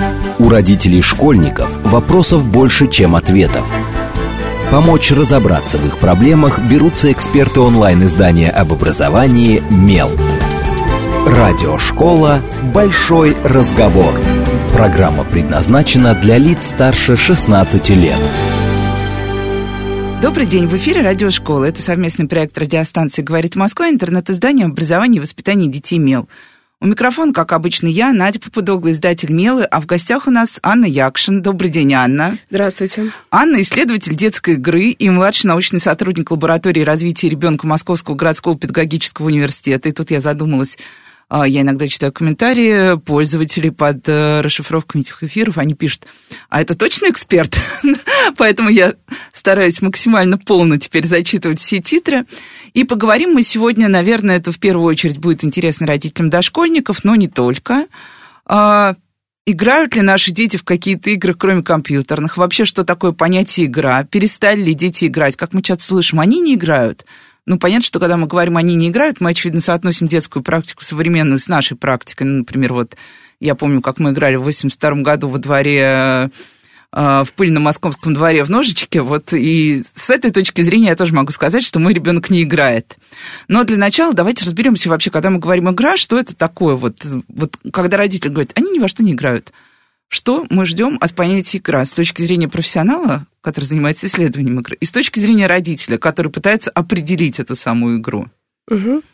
У родителей школьников вопросов больше, чем ответов. Помочь разобраться в их проблемах берутся эксперты онлайн-издания об образовании «Мел». Радиошкола «Большой разговор». Программа предназначена для лиц старше 16 лет. Добрый день, в эфире Радиошкола. Это совместный проект радиостанции «Говорит Москва», интернет-издание об образовании и воспитании детей «Мел». У микрофона, как обычно, я, Надя Попудогла, издатель «Мелы», а в гостях у нас Анна Якшин. Добрый день, Анна. Здравствуйте. Анна – исследователь детской игры и младший научный сотрудник лаборатории развития ребенка Московского городского педагогического университета. И тут я задумалась, я иногда читаю комментарии пользователей под расшифровками этих эфиров, они пишут, а это точно эксперт? Поэтому я стараюсь максимально полно теперь зачитывать все титры. И поговорим мы сегодня, наверное, это в первую очередь будет интересно родителям дошкольников, но не только. Играют ли наши дети в какие-то игры, кроме компьютерных? Вообще, что такое понятие игра? Перестали ли дети играть? Как мы часто слышим, они не играют. Ну, понятно, что когда мы говорим «они не играют», мы, очевидно, соотносим детскую практику современную с нашей практикой. Ну, например, вот я помню, как мы играли в 1982 году во дворе, в пыльном московском дворе в ножички. Вот, и с этой точки зрения я тоже могу сказать, что мой ребенок не играет. Но для начала давайте разберемся вообще, когда мы говорим «игра», что это такое? Вот когда родители говорят, они ни во что не играют. Что мы ждем от понятия «игра» с точки зрения профессионала, который занимается исследованием игры, и с точки зрения родителя, который пытается определить эту самую игру? Угу.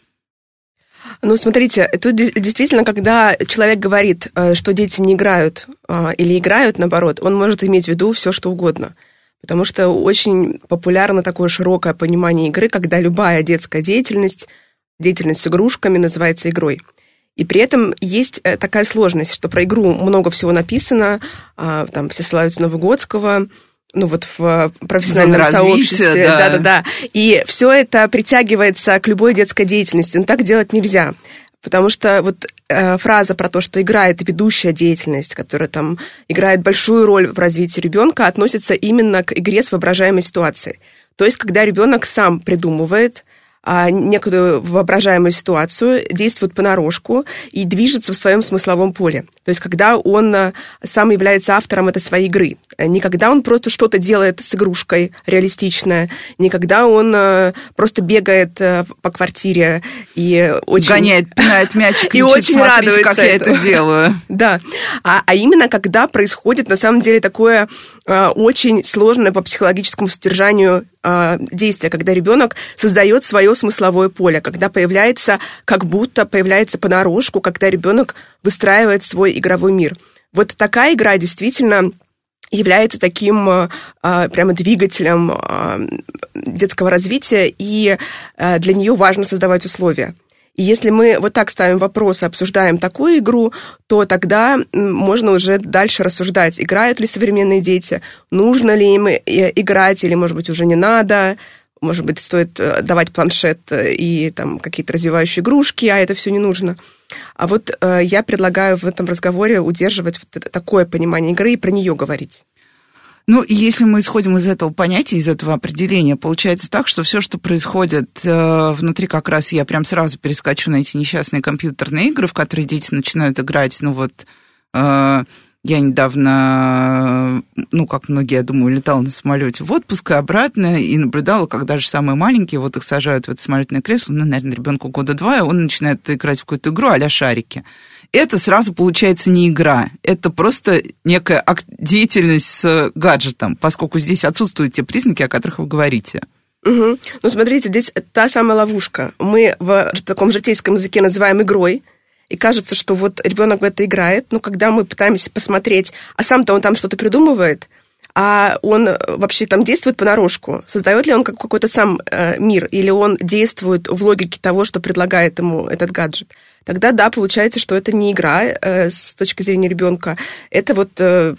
Ну, смотрите, тут действительно, когда человек говорит, что дети не играют или играют, наоборот, он может иметь в виду все, что угодно. Потому что очень популярно такое широкое понимание игры, когда любая детская деятельность с игрушками называется игрой. И при этом есть такая сложность, что про игру много всего написано, там все ссылаются на Выгодского, ну вот в профессиональном сообществе. Да. И все это притягивается к любой детской деятельности, но так делать нельзя. Потому что вот фраза про то, что игра – это ведущая деятельность, которая там играет большую роль в развитии ребенка, относится именно к игре с воображаемой ситуацией. То есть, когда ребенок сам придумывает некую воображаемую ситуацию, действует понарошку и движется в своем смысловом поле. То есть, когда он сам является автором этой своей игры. Не когда он просто что-то делает с игрушкой реалистичное, не когда он просто бегает по квартире и очень... гоняет, пинает мячик и очень радуется, как я это делаю. Да. А именно, когда происходит, на самом деле, такое очень сложное по психологическому содержанию действие, когда ребенок создает свое смысловое поле, когда как будто появляется понарошку, когда ребенок выстраивает свой игровой мир. Вот такая игра действительно является таким прямо двигателем детского развития, и для нее важно создавать условия. И если мы вот так ставим вопрос и обсуждаем такую игру, то тогда можно уже дальше рассуждать, играют ли современные дети, нужно ли им играть, или, может быть, уже не надо, может быть, стоит давать планшет и там какие-то развивающие игрушки, а это все не нужно. А вот я предлагаю в этом разговоре удерживать вот такое понимание игры и про нее говорить. Ну, и если мы исходим из этого понятия, из этого определения, получается так, что все, что происходит внутри, как раз я прям сразу перескочу на эти несчастные компьютерные игры, в которые дети начинают играть. Ну вот, я недавно, как многие, я думаю, летала на самолете в отпуск и обратно, и наблюдала, как даже самые маленькие, вот их сажают в это самолетное кресло, наверное, ребенку 2 года, и он начинает играть в какую-то игру а-ля шарики. Это сразу получается не игра, это просто некая деятельность с гаджетом, поскольку здесь отсутствуют те признаки, о которых вы говорите. Угу. Ну, смотрите, здесь та самая ловушка. Мы в таком житейском языке называем игрой, и кажется, что вот ребенок в это играет, но когда мы пытаемся посмотреть, а сам-то он там что-то придумывает, а он вообще там действует понарошку, создает ли он какой-то сам мир, или он действует в логике того, что предлагает ему этот гаджет, тогда да, получается, что это не игра с точки зрения ребенка, это вот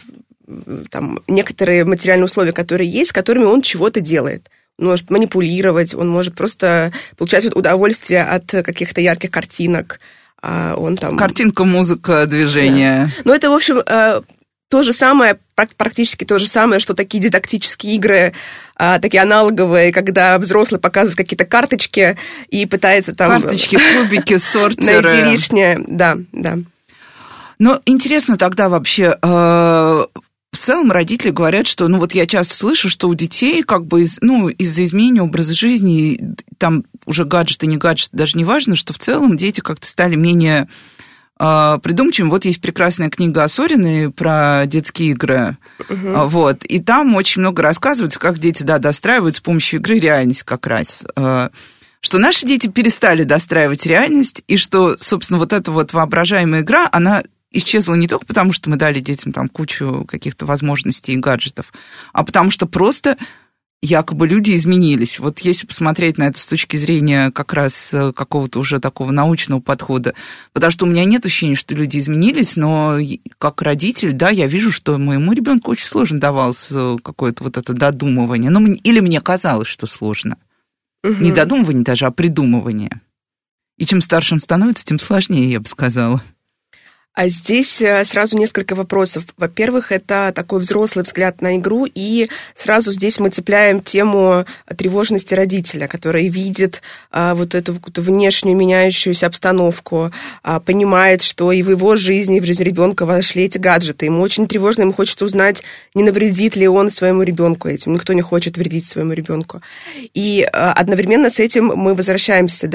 там некоторые материальные условия, которые есть, с которыми он чего-то делает. Он может манипулировать, он может просто получать удовольствие от каких-то ярких картинок. Он там... Картинка, музыка, движение. Да. Ну, это, в общем, то же самое, практически то же самое, что такие дидактические игры, такие аналоговые, когда взрослый показывает какие-то карточки и пытается там... Карточки, кубики, сортеры. Найти лишнее, да. Но интересно тогда вообще, в целом родители говорят, что, вот я часто слышу, что у детей как бы из-за изменения образа жизни, там уже гаджеты, не гаджеты, даже не важно, что в целом дети как-то стали менее придумчивым. Вот есть прекрасная книга Осориной про детские игры. Вот. И там очень много рассказывается, как дети, достраивают с помощью игры реальность как раз. Что наши дети перестали достраивать реальность, и что, собственно, вот эта вот воображаемая игра, она исчезла не только потому, что мы дали детям там кучу каких-то возможностей и гаджетов, а потому что просто якобы люди изменились. Вот если посмотреть на это с точки зрения как раз какого-то уже такого научного подхода, потому что у меня нет ощущения, что люди изменились, но как родитель, я вижу, что моему ребенку очень сложно давалось какое-то вот это додумывание. Или мне казалось, что сложно. Не додумывание даже, а придумывание. И чем старше он становится, тем сложнее, я бы сказала. А здесь сразу несколько вопросов. Во-первых, это такой взрослый взгляд на игру, и сразу здесь мы цепляем тему тревожности родителя, который видит вот эту внешнюю меняющуюся обстановку, понимает, что и в его жизни, и в жизнь ребенка вошли эти гаджеты. Ему очень тревожно, ему хочется узнать, не навредит ли он своему ребенку этим. Никто не хочет вредить своему ребенку. И одновременно с этим мы возвращаемся,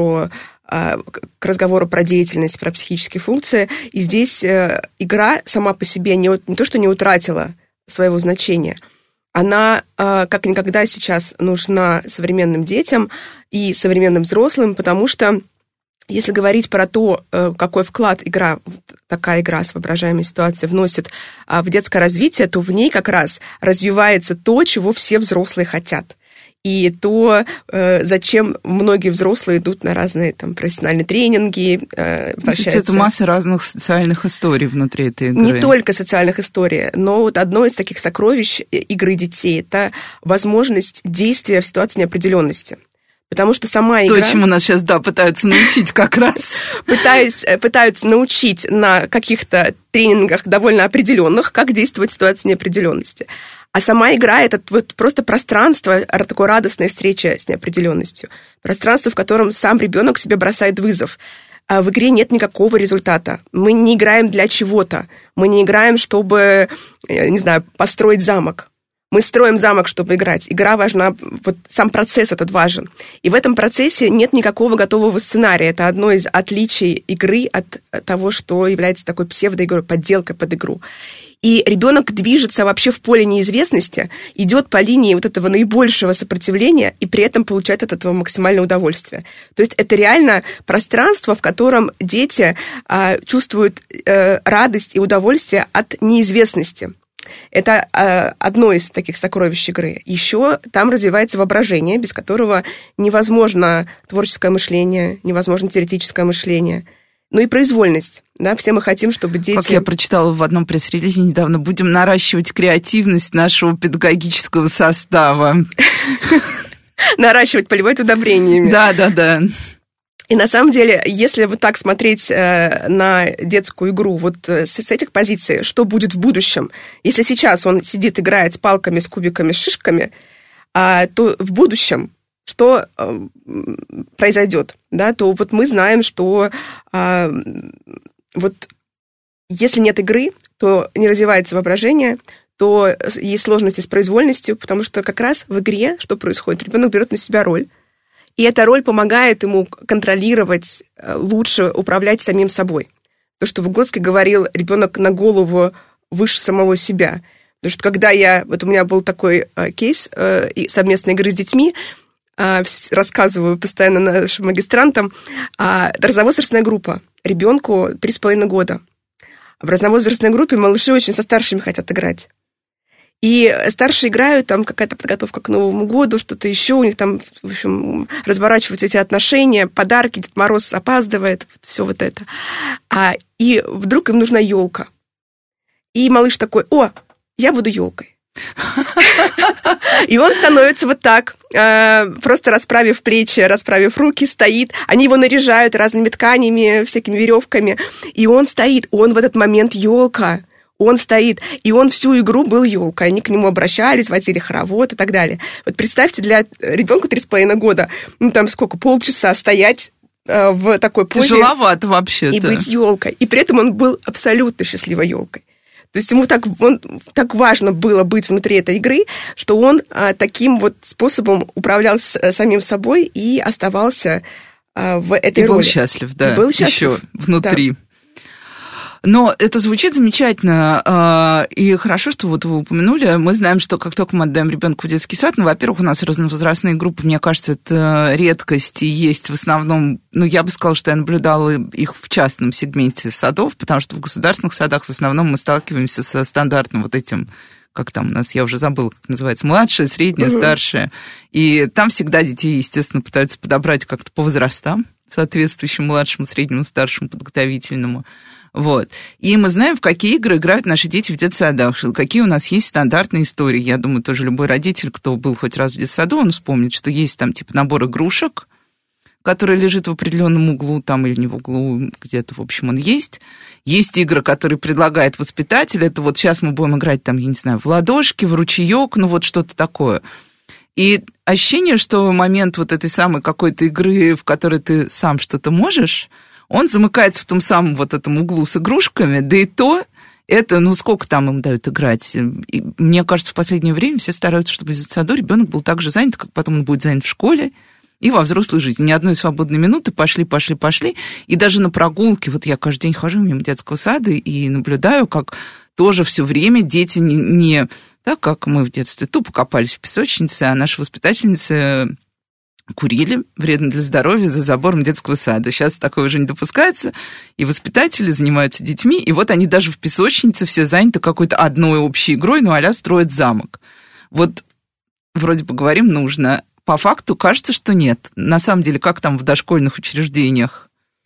к разговору про деятельность, про психические функции. И здесь игра сама по себе не то, что не утратила своего значения, она как никогда сейчас нужна современным детям и современным взрослым, потому что если говорить про то, какой вклад такая игра с воображаемой ситуацией вносит в детское развитие, то в ней как раз развивается то, чего все взрослые хотят. И то, зачем многие взрослые идут на разные профессиональные тренинги. Это масса разных социальных историй внутри этой игры. Не только социальных историй, но одно из таких сокровищ игры детей – это возможность действия в ситуации неопределенности. Потому что сама игра... То, чему нас сейчас, пытаются научить как раз. Пытаются научить на каких-то тренингах довольно определенных, как действовать в ситуации неопределенности. А сама игра – это просто пространство, такой радостной встречи с неопределенностью. Пространство, в котором сам ребенок себе бросает вызов. А в игре нет никакого результата. Мы не играем для чего-то. Мы не играем, чтобы, построить замок. Мы строим замок, чтобы играть. Игра важна, сам процесс этот важен. И в этом процессе нет никакого готового сценария. Это одно из отличий игры от того, что является такой псевдоигрой, подделкой под игру. И ребенок движется вообще в поле неизвестности, идет по линии этого наибольшего сопротивления и при этом получает от этого максимальное удовольствие. То есть это реально пространство, в котором дети чувствуют радость и удовольствие от неизвестности. Это одно из таких сокровищ игры. Еще там развивается воображение, без которого невозможно творческое мышление, невозможно теоретическое мышление. Ну и произвольность. Все мы хотим, чтобы дети... Как я прочитала в одном пресс-релизе недавно, будем наращивать креативность нашего педагогического состава. Наращивать, поливать удобрениями. Да. И на самом деле, если так смотреть на детскую игру с этих позиций, что будет в будущем? Если сейчас он сидит, играет с палками, с кубиками, с шишками, то в будущем что произойдет? То мы знаем, что если нет игры, то не развивается воображение, то есть сложности с произвольностью, потому что как раз в игре что происходит? Ребенок берет на себя роль, и эта роль помогает ему контролировать, лучше управлять самим собой. То, что Выгодский говорил, ребенок на голову выше самого себя. Потому что когда у меня был такой кейс совместной игры с детьми, рассказываю постоянно нашим магистрантам, разновозрастная группа, ребенку 3,5 года. В разновозрастной группе малыши очень со старшими хотят играть. И старшие играют, там какая-то подготовка к Новому году, что-то еще, у них там, в общем, разворачиваются эти отношения, подарки, Дед Мороз опаздывает, все это. И вдруг им нужна елка. И малыш такой: о, я буду елкой. И он становится так, просто расправив плечи, расправив руки, стоит. Они его наряжают разными тканями, всякими веревками. И он стоит, он в этот момент елка. Он стоит, и он всю игру был елкой. Они к нему обращались, водили хоровод и так далее. Представьте, для ребенка 3,5 года, полчаса стоять в такой позе. Тяжеловато вообще-то. И быть елкой. И при этом он был абсолютно счастливой елкой. То есть ему так важно было быть внутри этой игры, что он таким вот способом управлял самим собой и оставался в этой роли. И был счастлив, да, и был счастлив. Еще внутри. Да. Но это звучит замечательно, и хорошо, что вот вы упомянули. Мы знаем, что как только мы отдаем ребенка в детский сад, во-первых, у нас разновозрастные группы, мне кажется, это редкость, и есть в основном, я бы сказала, что я наблюдала их в частном сегменте садов, потому что в государственных садах в основном мы сталкиваемся со стандартным вот этим, как там у нас, я уже забыла, как называется, младшая, средняя, старшая. И там всегда детей, естественно, пытаются подобрать как-то по возрастам, соответствующим младшему, среднему, старшему, подготовительному. Вот. И мы знаем, в какие игры играют наши дети в детсадах, какие у нас есть стандартные истории. Я думаю, тоже любой родитель, кто был хоть раз в детсаду, он вспомнит, что есть там типа набор игрушек, который лежит в определенном углу, там или не в углу, где-то, в общем, он есть. Есть игры, которые предлагает воспитатель. Это вот сейчас мы будем играть там, я не знаю, в ладошки, в ручеек, вот что-то такое. И ощущение, что в момент вот этой самой какой-то игры, в которой ты сам что-то можешь, он замыкается в том самом вот этом углу с игрушками, да и то это, сколько там им дают играть. И мне кажется, в последнее время все стараются, чтобы из детсада ребенок был так же занят, как потом он будет занят в школе и во взрослой жизни. Ни одной свободной минуты, пошли. И даже на прогулке, вот я каждый день хожу мимо детского сада и наблюдаю, как тоже все время дети не так, как мы в детстве, тупо копались в песочнице, а наши воспитательницы курили, вредно для здоровья, за забором детского сада. Сейчас такое уже не допускается, и воспитатели занимаются детьми, и вот они даже в песочнице все заняты какой-то одной общей игрой, а-ля строят замок. Вот вроде бы говорим нужно, по факту кажется, что нет. На самом деле, как там в дошкольных учреждениях?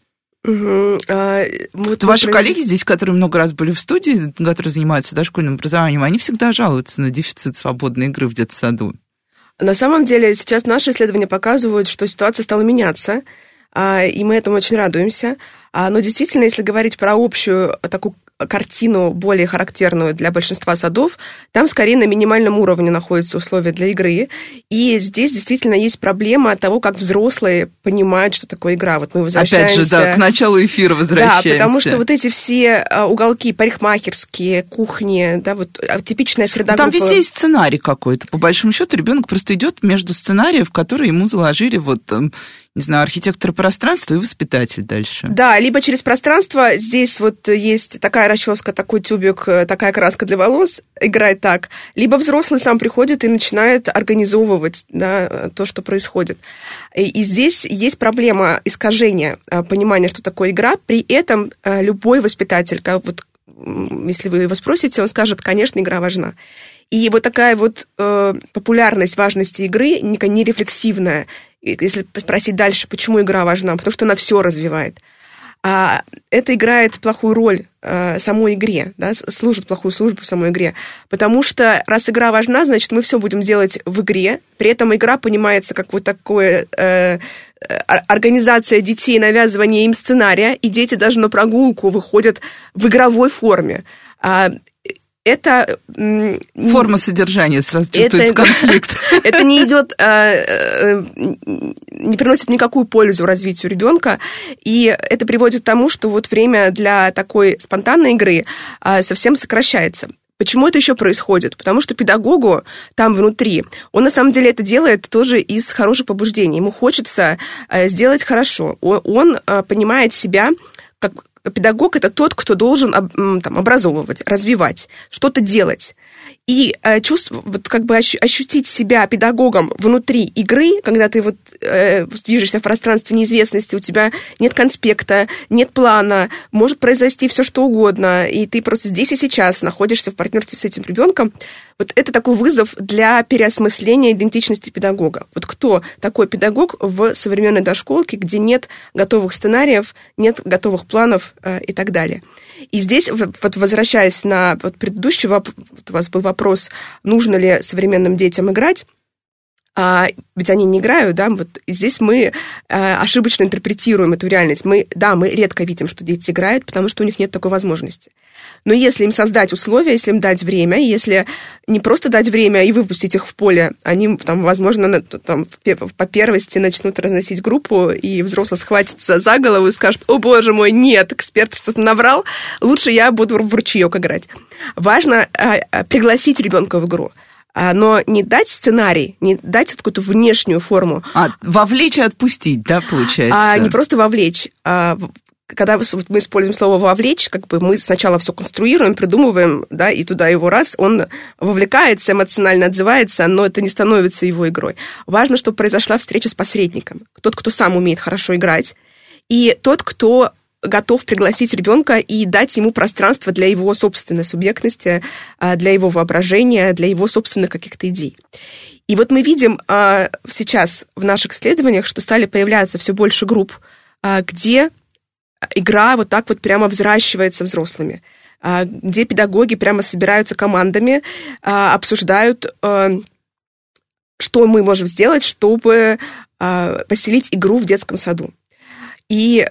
Ваши коллеги здесь, которые много раз были в студии, которые занимаются дошкольным образованием, они всегда жалуются на дефицит свободной игры в детсаду. На самом деле, сейчас наши исследования показывают, что ситуация стала меняться, и мы этому очень радуемся. Но действительно, если говорить про общую такую картину, более характерную для большинства садов, там скорее на минимальном уровне находятся условия для игры. И здесь действительно есть проблема того, как взрослые понимают, что такое игра. Вот мы возвращаемся... Опять же, да, к началу эфира возвращаемся. Да, потому что вот эти все уголки парикмахерские, кухни, да, вот типичная среда там группы... везде есть сценарий какой-то. По большому счету ребенок просто идет между сценариев, которые ему заложили не знаю, архитектор пространства и воспитатель дальше. Да, либо через пространство, здесь вот есть такая расческа, такой тюбик, такая краска для волос, играет так. Либо взрослый сам приходит и начинает организовывать, да, то, что происходит. И здесь есть проблема искажения понимания, что такое игра. При этом любой воспитатель, вот, если вы его спросите, он скажет, конечно, игра важна. И вот такая вот популярность важности игры не рефлексивная. Если спросить дальше, почему игра важна, потому что она все развивает. Это играет плохую роль самой игре, да, служит плохую службу самой игре. Потому что раз игра важна, значит, мы все будем делать в игре. При этом игра понимается как вот такое организация детей, навязывание им сценария, и дети даже на прогулку выходят в игровой форме. Это... Форма содержания, сразу чувствуется конфликт. Это не идет, не приносит никакую пользу развитию ребенка, и это приводит к тому, что вот время для такой спонтанной игры совсем сокращается. Почему это еще происходит? Потому что педагогу там внутри, он на самом деле это делает тоже из хороших побуждений. Ему хочется сделать хорошо. Он понимает себя как... Педагог – это тот, кто должен образовывать, развивать, что-то делать. И ощутить себя педагогом внутри игры, когда ты движешься в пространстве неизвестности, у тебя нет конспекта, нет плана, может произойти все что угодно, и ты просто здесь и сейчас находишься в партнерстве с этим ребенком. Вот это такой вызов для переосмысления идентичности педагога. Вот кто такой педагог в современной дошколке, где нет готовых сценариев, нет готовых планов и так далее. И здесь, возвращаясь на предыдущий вопрос, у вас был вопрос, нужно ли современным детям играть, ведь они не играют, да, вот здесь мы ошибочно интерпретируем эту реальность. Мы редко видим, что дети играют, потому что у них нет такой возможности. Но если им создать условия, если им дать время, если не просто дать время и выпустить их в поле, они, там, возможно, там, по первости начнут разносить группу, и взрослый схватится за голову и скажет: «О, боже мой, нет, эксперт что-то наврал, лучше я буду в ручеёк играть». Важно пригласить ребенка в игру. Но не дать сценарий, не дать какую-то внешнюю форму. Вовлечь и отпустить, да, получается? Не просто вовлечь. Когда мы используем слово «вовлечь», как бы мы сначала все конструируем, придумываем, да, и туда его раз, он вовлекается, эмоционально отзывается, но это не становится его игрой. Важно, чтобы произошла встреча с посредником. Тот, кто сам умеет хорошо играть, и тот, кто готов пригласить ребенка и дать ему пространство для его собственной субъектности, для его воображения, для его собственных каких-то идей. И вот мы видим сейчас в наших исследованиях, что стали появляться все больше групп, где игра вот так вот прямо взращивается взрослыми, где педагоги прямо собираются командами, обсуждают, что мы можем сделать, чтобы поселить игру в детском саду. И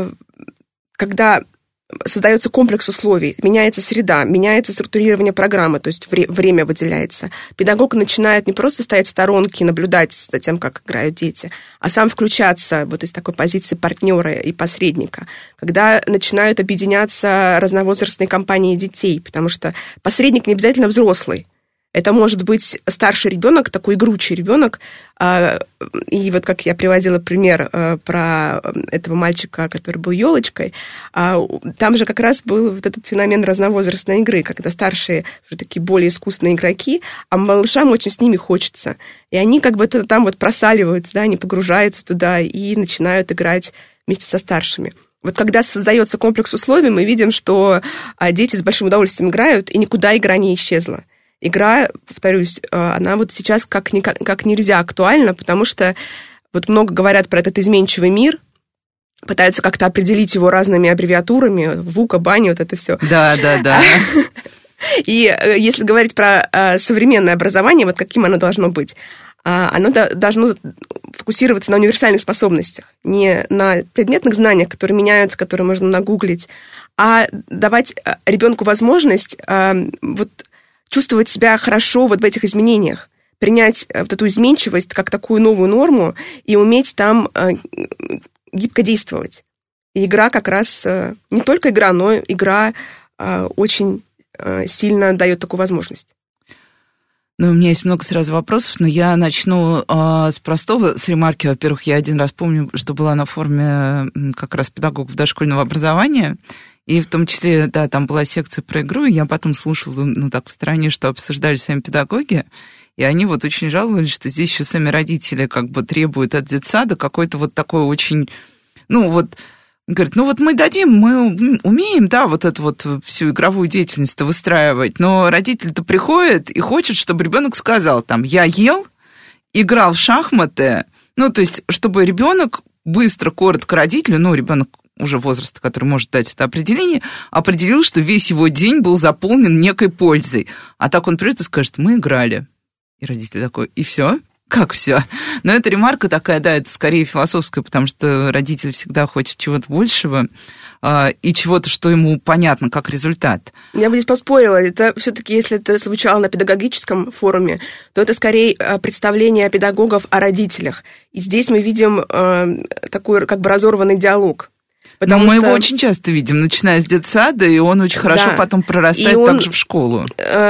когда создается комплекс условий, меняется среда, меняется структурирование программы, то есть время выделяется. Педагог начинает не просто стоять в сторонке и наблюдать за тем, как играют дети, а сам включаться вот из такой позиции партнера и посредника. Когда начинают объединяться разновозрастные компании детей, потому что посредник не обязательно взрослый. Это может быть старший ребенок, такой игручий ребенок. И вот как я приводила пример про этого мальчика, который был елочкой, там же как раз был вот этот феномен разновозрастной игры, когда старшие уже такие более искусные игроки, а малышам очень с ними хочется. И они как бы там вот просаливаются, да, они погружаются туда и начинают играть вместе со старшими. Вот когда создается комплекс условий, мы видим, что дети с большим удовольствием играют, и никуда игра не исчезла. Игра, повторюсь, она вот сейчас как нельзя актуальна, потому что вот много говорят про этот изменчивый мир, пытаются как-то определить его разными аббревиатурами, ВУКа, БАНИ, вот это все. Да. И если говорить про современное образование, вот каким оно должно быть, оно должно фокусироваться на универсальных способностях, не на предметных знаниях, которые меняются, которые можно нагуглить, а давать ребенку возможность вот чувствовать себя хорошо вот в этих изменениях, принять вот эту изменчивость как такую новую норму и уметь там гибко действовать. И игра как раз, не только игра, но игра очень сильно дает такую возможность. Ну, у меня есть много сразу вопросов, но я начну с простого, с ремарки. Во-первых, я один раз помню, что была на форуме как раз педагогов дошкольного образования, и в том числе, да, там была секция про игру, и я потом слушала, так в стороне, что обсуждали сами педагоги, и они вот очень жаловались, что здесь еще сами родители как бы требуют от детсада какой-то вот такой очень, говорят, мы дадим, мы умеем, да, вот эту вот всю игровую деятельность-то выстраивать, но родитель-то приходит и хочет, чтобы ребенок сказал там: я ел, играл в шахматы, то есть, чтобы ребенок быстро, коротко родителю, ребенок уже возраста, который может дать это определение, определил, что весь его день был заполнен некой пользой. А так он придет и скажет: мы играли. И родитель такой: и все? Как все? Но эта ремарка такая, да, это скорее философская, потому что родитель всегда хочет чего-то большего и чего-то, что ему понятно, как результат. Я бы здесь поспорила. Это все-таки, если это звучало на педагогическом форуме, то это скорее представление педагогов о родителях. И здесь мы видим такой как бы разорванный диалог. Но мы его очень часто видим, начиная с детсада, и он очень хорошо потом прорастает также в школу.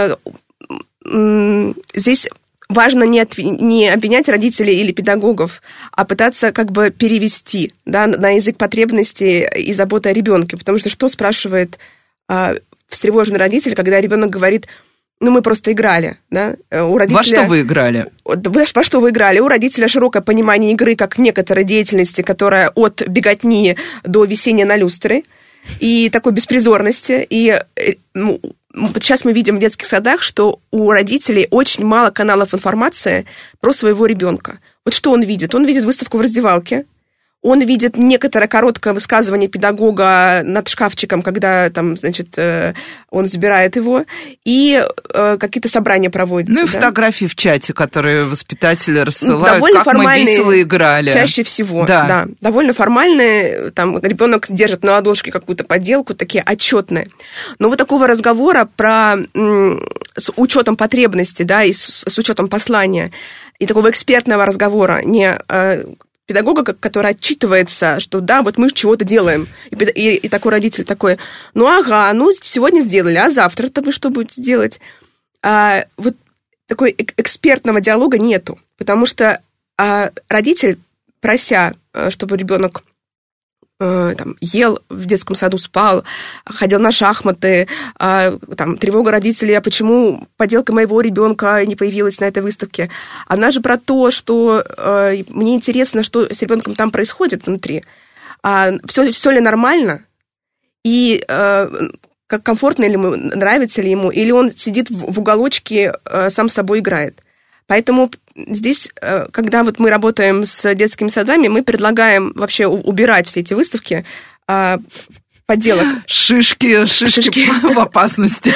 Здесь важно не обвинять родителей или педагогов, а пытаться как бы перевести, да, на язык потребностей и заботы о ребенке. Потому что спрашивает встревоженный родитель, когда ребенок говорит: мы просто играли, да? У родителя... Во что вы играли? Во что вы играли? У родителя широкое понимание игры как некоторой деятельности, которая от беготни до висения на люстре, и такой беспризорности. И сейчас мы видим в детских садах, что у родителей очень мало каналов информации про своего ребенка. Вот что он видит? Он видит выставку в раздевалке, Он видит некоторое короткое высказывание педагога над шкафчиком, когда там, значит, он забирает его, и какие-то собрания проводятся. Ну и фотографии в чате, которые воспитатели рассылают, довольно как мы весело играли. Чаще всего, да. Довольно формальные, там ребенок держит на ладошке какую-то поделку, такие отчетные. Но вот такого разговора с учетом потребностей, да, и с учетом послания, и такого экспертного разговора, не педагога, который отчитывается, что да, вот мы чего-то делаем. И такой родитель такой, ну ага, ну сегодня сделали, а завтра-то вы что будете делать? Вот такой экспертного диалога нету, потому что родитель, прося, чтобы ребенок там, ел в детском саду, спал, ходил на шахматы, там, тревога родителей, а почему поделка моего ребенка не появилась на этой выставке. Она же про то, что мне интересно, что с ребенком там происходит внутри. Все ли нормально? И как комфортно ли ему, нравится ли ему, или он сидит в уголочке, сам с собой играет. Поэтому здесь, когда вот мы работаем с детскими садами, мы предлагаем вообще убирать все эти выставки поделок. Шишки в опасности.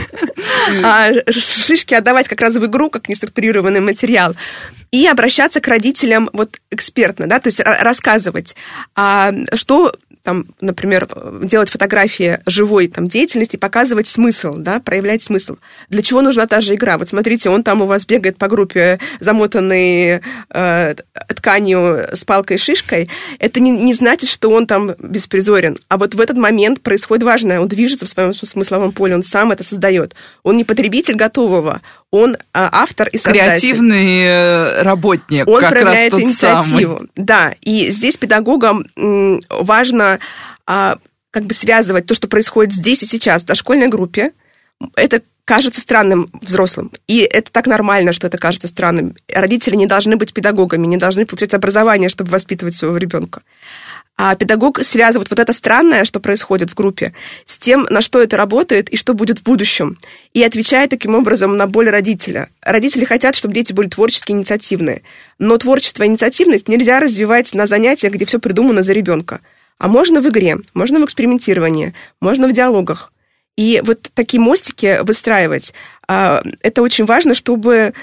Шишки отдавать как раз в игру, как неструктурированный материал. И обращаться к родителям вот экспертно, да, то есть рассказывать, что там, например, делать фотографии живой там, деятельности, показывать смысл, да, проявлять смысл. Для чего нужна та же игра? Вот смотрите, он там у вас бегает по группе, замотанный тканью с палкой и шишкой. Это не значит, что он там беспризорен. А вот в этот момент происходит важное. Он движется в своем смысловом поле, он сам это создает. Он не потребитель готового, он автор и создатель. Креативный работник, он как проявляет раз тот инициативу. Самый. Да, и здесь педагогам важно как бы связывать то, что происходит здесь и сейчас в дошкольной группе. Это кажется странным взрослым. И это так нормально, что это кажется странным. Родители не должны быть педагогами, не должны получать образование, чтобы воспитывать своего ребенка. А педагог связывает вот это странное, что происходит в группе, с тем, на что это работает и что будет в будущем. И отвечает таким образом на боль родителя. Родители хотят, чтобы дети были творческие, инициативные. Но творчество и инициативность нельзя развивать на занятиях, где все придумано за ребенка. А можно в игре, можно в экспериментировании, можно в диалогах. И вот такие мостики выстраивать, это очень важно, чтобы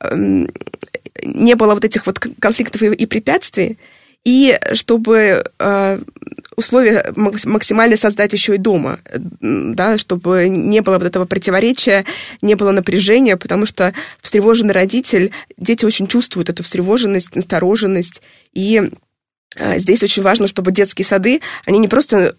не было вот этих вот конфликтов и препятствий, и чтобы условия максимально создать еще и дома, да, чтобы не было вот этого противоречия, не было напряжения, потому что встревоженный родитель, дети очень чувствуют эту встревоженность, настороженность, и здесь очень важно, чтобы детские сады, они не просто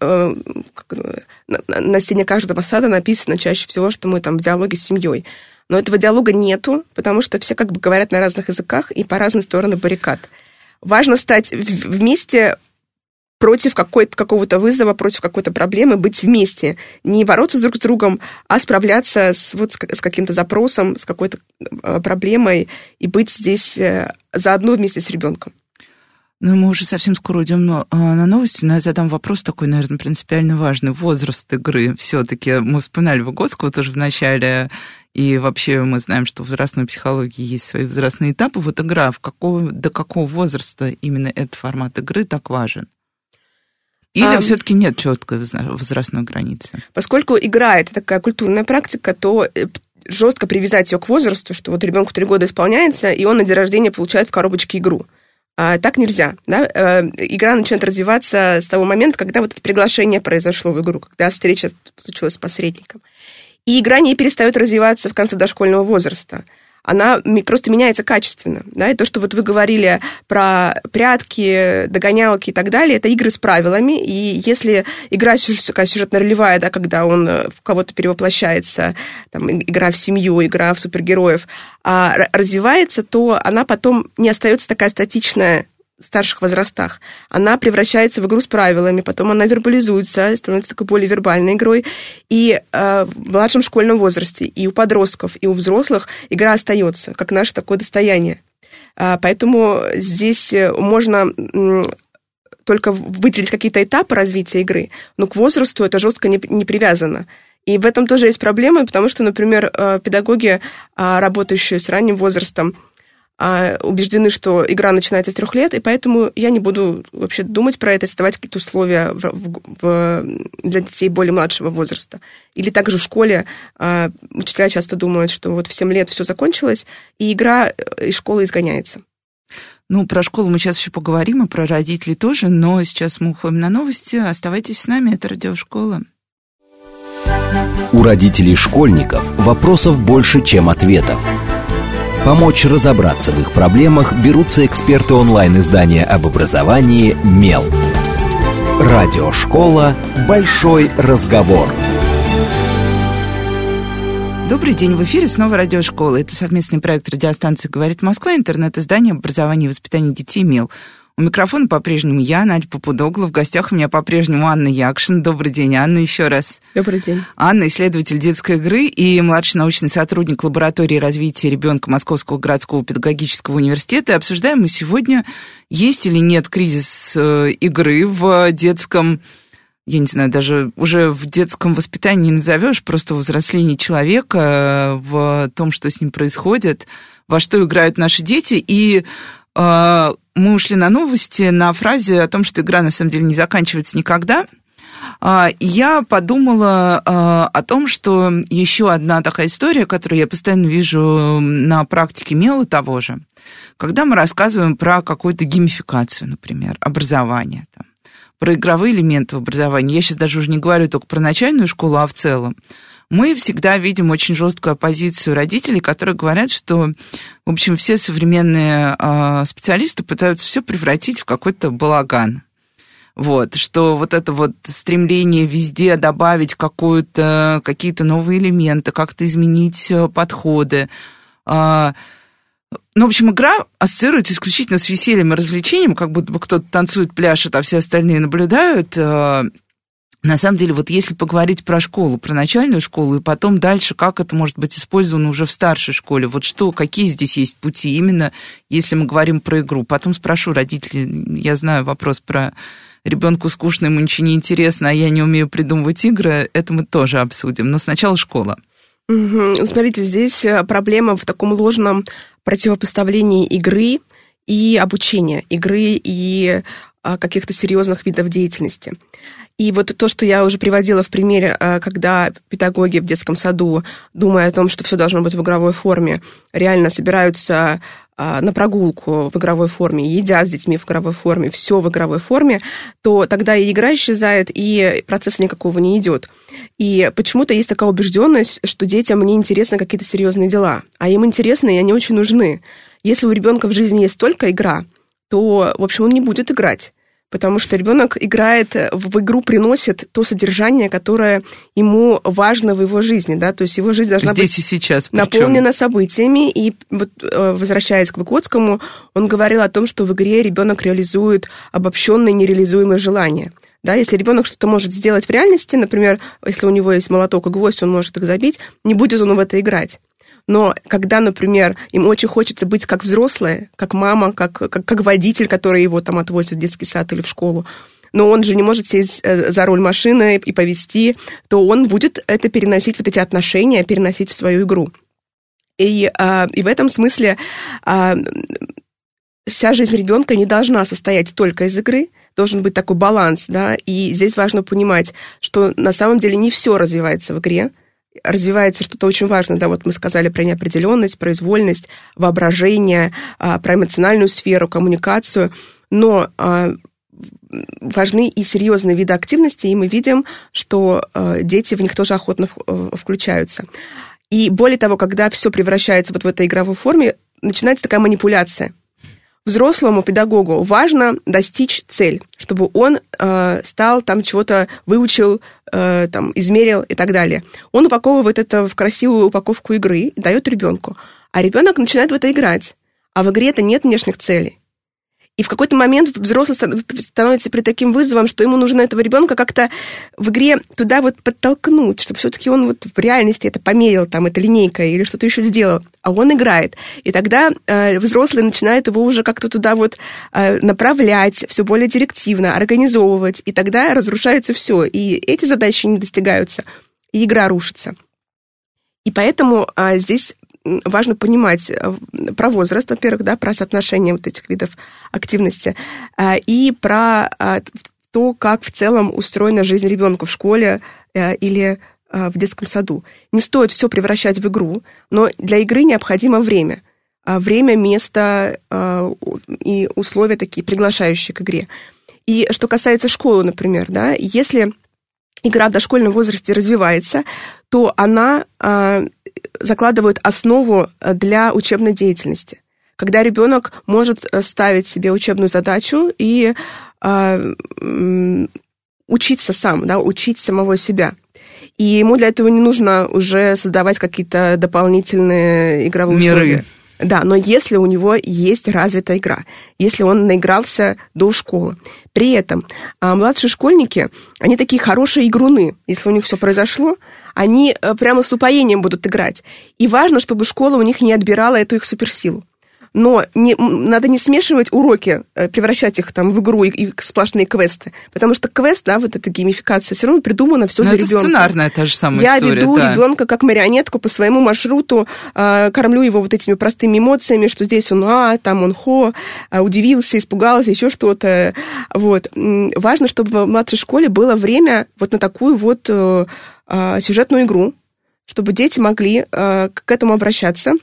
на стене каждого сада написано чаще всего, что мы там в диалоге с семьей, но этого диалога нету, потому что все как бы говорят на разных языках и по разные стороны баррикад. Важно стать вместе против какого-то вызова, против какой-то проблемы, быть вместе. Не бороться друг с другом, а справляться с каким-то запросом, с какой-то проблемой и быть здесь заодно вместе с ребенком. Ну, мы уже совсем скоро уйдем на новости, но я задам вопрос такой, наверное, принципиально важный. Возраст игры. Все-таки мы вспоминали Выгодского тоже в начале, и вообще мы знаем, что в возрастной психологии есть свои возрастные этапы. Вот игра, до какого возраста именно этот формат игры так важен? Или все-таки нет четкой возрастной границы? Поскольку игра – это такая культурная практика, то жестко привязать ее к возрасту, что вот ребенку 3 года исполняется, и он на день рождения получает в коробочке игру. Так нельзя. Да? Игра начинает развиваться с того момента, когда вот это приглашение произошло в игру, когда встреча случилась с посредником. И игра не перестает развиваться в конце дошкольного возраста. Она просто меняется качественно. Да? И то, что вот вы говорили про прятки, догонялки и так далее, это игры с правилами. И если игра сюжетно-ролевая, да, когда он в кого-то перевоплощается, там, игра в семью, игра в супергероев, развивается, то она потом не остается такая статичная в старших возрастах. Она превращается в игру с правилами, потом она вербализуется, становится такой более вербальной игрой. И в младшем школьном возрасте, и у подростков, и у взрослых игра остается, как наше такое достояние. Поэтому здесь можно только выделить какие-то этапы развития игры, но к возрасту это жестко не привязано. И в этом тоже есть проблемы, потому что, например, педагоги, работающие с ранним возрастом, убеждены, что игра начинается с 3 лет, и поэтому я не буду вообще думать про это, создавать какие-то условия для детей более младшего возраста. Или также в школе учителя часто думают, что вот в 7 лет все закончилось, и игра из школы изгоняется. Ну, про школу мы сейчас еще поговорим, и про родителей тоже, но сейчас мы уходим на новости. Оставайтесь с нами, это Радиошкола. У родителей школьников вопросов больше, чем ответов. Помочь разобраться в их проблемах берутся эксперты онлайн-издания об образовании «Мел». Радиошкола «Большой разговор». Добрый день, в эфире снова Радиошкола. Это совместный проект радиостанции «Говорит Москва», интернет-издание образования и воспитания детей «Мел». У микрофона по-прежнему я, Надя Попудогла. В гостях у меня по-прежнему Анна Якшин. Добрый день, Анна, еще раз. Добрый день. Анна – исследователь детской игры и младший научный сотрудник лаборатории развития ребенка Московского городского педагогического университета. И обсуждаем мы сегодня, есть или нет кризис игры в детском, я не знаю, даже уже в детском воспитании не назовешь, просто взросление человека, в том, что с ним происходит, во что играют наши дети. И мы ушли на новости на фразе о том, что игра на самом деле не заканчивается никогда. Я подумала о том, что еще одна такая история, которую я постоянно вижу на практике Мела того же, когда мы рассказываем про какую-то геймификацию, например, образование, там, про игровые элементы в образовании. Я сейчас даже уже не говорю только про начальную школу, а в целом. Мы всегда видим очень жесткую оппозицию родителей, которые говорят, что, в общем, все современные специалисты пытаются все превратить в какой-то балаган. Вот, что вот это вот стремление везде добавить какие-то новые элементы, как-то изменить подходы. Ну, в общем, игра ассоциируется исключительно с весельем и развлечением, как будто бы кто-то танцует, пляшет, а все остальные наблюдают. На самом деле, вот если поговорить про школу, про начальную школу, и потом дальше, как это может быть использовано уже в старшей школе, вот какие здесь есть пути, именно если мы говорим про игру. Потом спрошу родителей, я знаю вопрос про ребенку скучно, ему ничего не интересно, а я не умею придумывать игры, это мы тоже обсудим. Но сначала школа. Смотрите, здесь проблема в таком ложном противопоставлении игры и обучения, игры и каких-то серьезных видов деятельности. И вот то, что я уже приводила в примере, когда педагоги в детском саду, думая о том, что все должно быть в игровой форме, реально собираются на прогулку в игровой форме, едят с детьми в игровой форме, все в игровой форме, то тогда и игра исчезает, и процесса никакого не идет. И почему-то есть такая убежденность, что детям не интересны какие-то серьезные дела, а им интересны, и они очень нужны. Если у ребенка в жизни есть только игра, то, в общем, он не будет играть. Потому что ребенок играет, в игру приносит то содержание, которое ему важно в его жизни, да, то есть его жизнь должна здесь быть и сейчас, наполнена событиями. И вот, возвращаясь к Выгодскому, он говорил о том, что в игре ребенок реализует обобщенные нереализуемые желания. Да, если ребенок что-то может сделать в реальности, например, если у него есть молоток и гвоздь, он может их забить, не будет он в это играть. Но когда, например, им очень хочется быть как взрослые, как мама, как водитель, который его там отвозит в детский сад или в школу, но он же не может сесть за руль машины и повезти, то он будет это переносить, вот эти отношения переносить в свою игру. И в этом смысле вся жизнь ребенка не должна состоять только из игры, должен быть такой баланс, да, и здесь важно понимать, что на самом деле не все развивается в игре, развивается что-то очень важное, да, вот мы сказали про неопределенность, произвольность, воображение, про эмоциональную сферу, коммуникацию, но важны и серьезные виды активности, и мы видим, что дети в них тоже охотно включаются. И более того, когда все превращается вот в этой игровой форме, начинается такая манипуляция. Взрослому педагогу важно достичь цель, чтобы он стал там чего-то, выучил, там, измерил и так далее. Он упаковывает это в красивую упаковку игры и дает ребенку. А ребенок начинает в это играть. А в игре-то нет внешних целей. И в какой-то момент взрослый становится перед таким вызовом, что ему нужно этого ребенка как-то в игре туда вот подтолкнуть, чтобы все-таки он вот в реальности это померил, там, это линейка или что-то еще сделал, а он играет. И тогда взрослый начинает его уже как-то туда вот направлять, все более директивно, организовывать, и тогда разрушается все. И эти задачи не достигаются, и игра рушится. И поэтому здесь важно понимать про возраст, во-первых, да, про соотношение вот этих видов активности, и про то, как в целом устроена жизнь ребенка в школе или в детском саду. Не стоит все превращать в игру, но для игры необходимо время. Время, место и условия такие, приглашающие к игре. И что касается школы, например, да, если игра в дошкольном возрасте развивается, то она закладывает основу для учебной деятельности. Когда ребенок может ставить себе учебную задачу и учиться сам, да, учить самого себя. И ему для этого не нужно уже создавать какие-то дополнительные игровые условия. Да, но если у него есть развитая игра, если он наигрался до школы. При этом младшие школьники, они такие хорошие игруны. Если у них все произошло, они прямо с упоением будут играть. И важно, чтобы школа у них не отбирала эту их суперсилу. Но надо не смешивать уроки, превращать их там в игру и сплошные квесты. Потому что квест, да, вот эта геймификация, все равно придумана все за ребенка. Это сценарная та же самая история. Я веду ребенка как марионетку по своему маршруту, кормлю его вот этими простыми эмоциями, что здесь он там он удивился, испугался, еще что-то. Вот. Важно, чтобы в младшей школе было время вот на такую вот сюжетную игру, чтобы дети могли к этому обращаться.